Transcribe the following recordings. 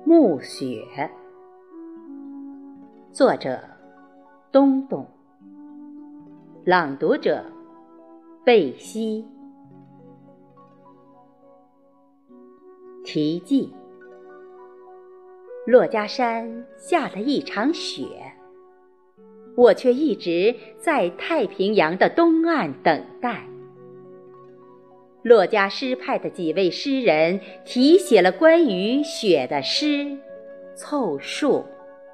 暮雪。作者东东，朗读者贝西。题记：珞珈山下了一场雪，我却一直在太平洋的东岸等待。珞珈诗派的几位诗人题写了关于雪的诗，凑数。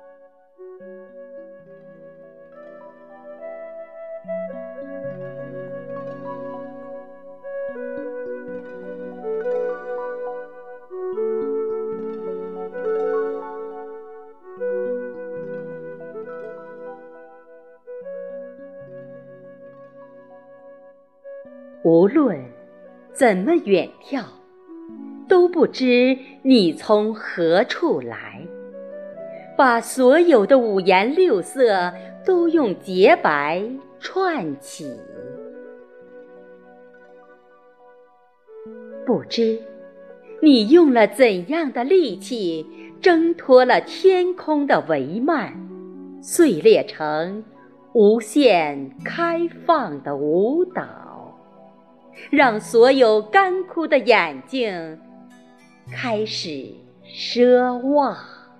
无论怎么远眺，都不知你从何处来，把所有的五颜六色都用洁白串起。不知你用了怎样的力气，挣脱了天空的帷幔，碎裂成无限开放的舞蹈，让所有干枯的眼睛开始奢望。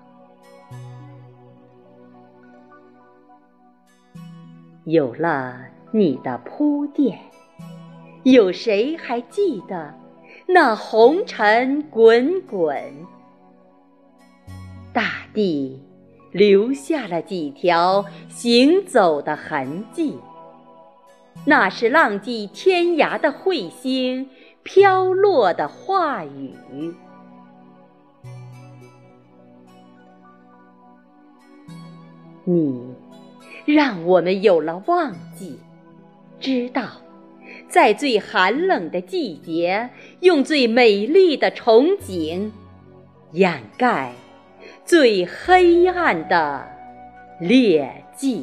有了你的铺垫，有谁还记得那红尘滚滚？大地留下了几条行走的痕迹，那是浪迹天涯的彗星飘落的话语。你让我们有了忘记，知道在最寒冷的季节，用最美丽的憧憬掩盖最黑暗的劣迹。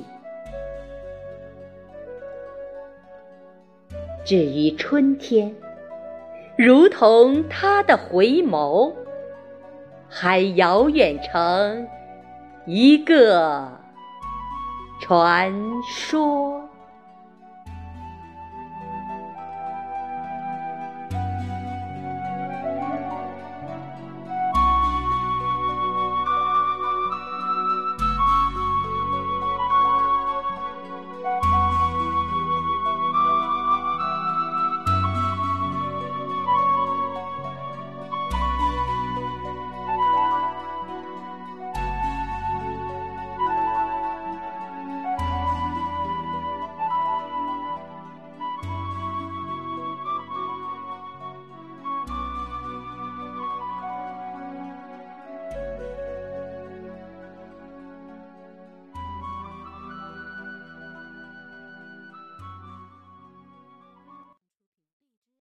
至于春天，如同它的回眸，还遥远成一个传说。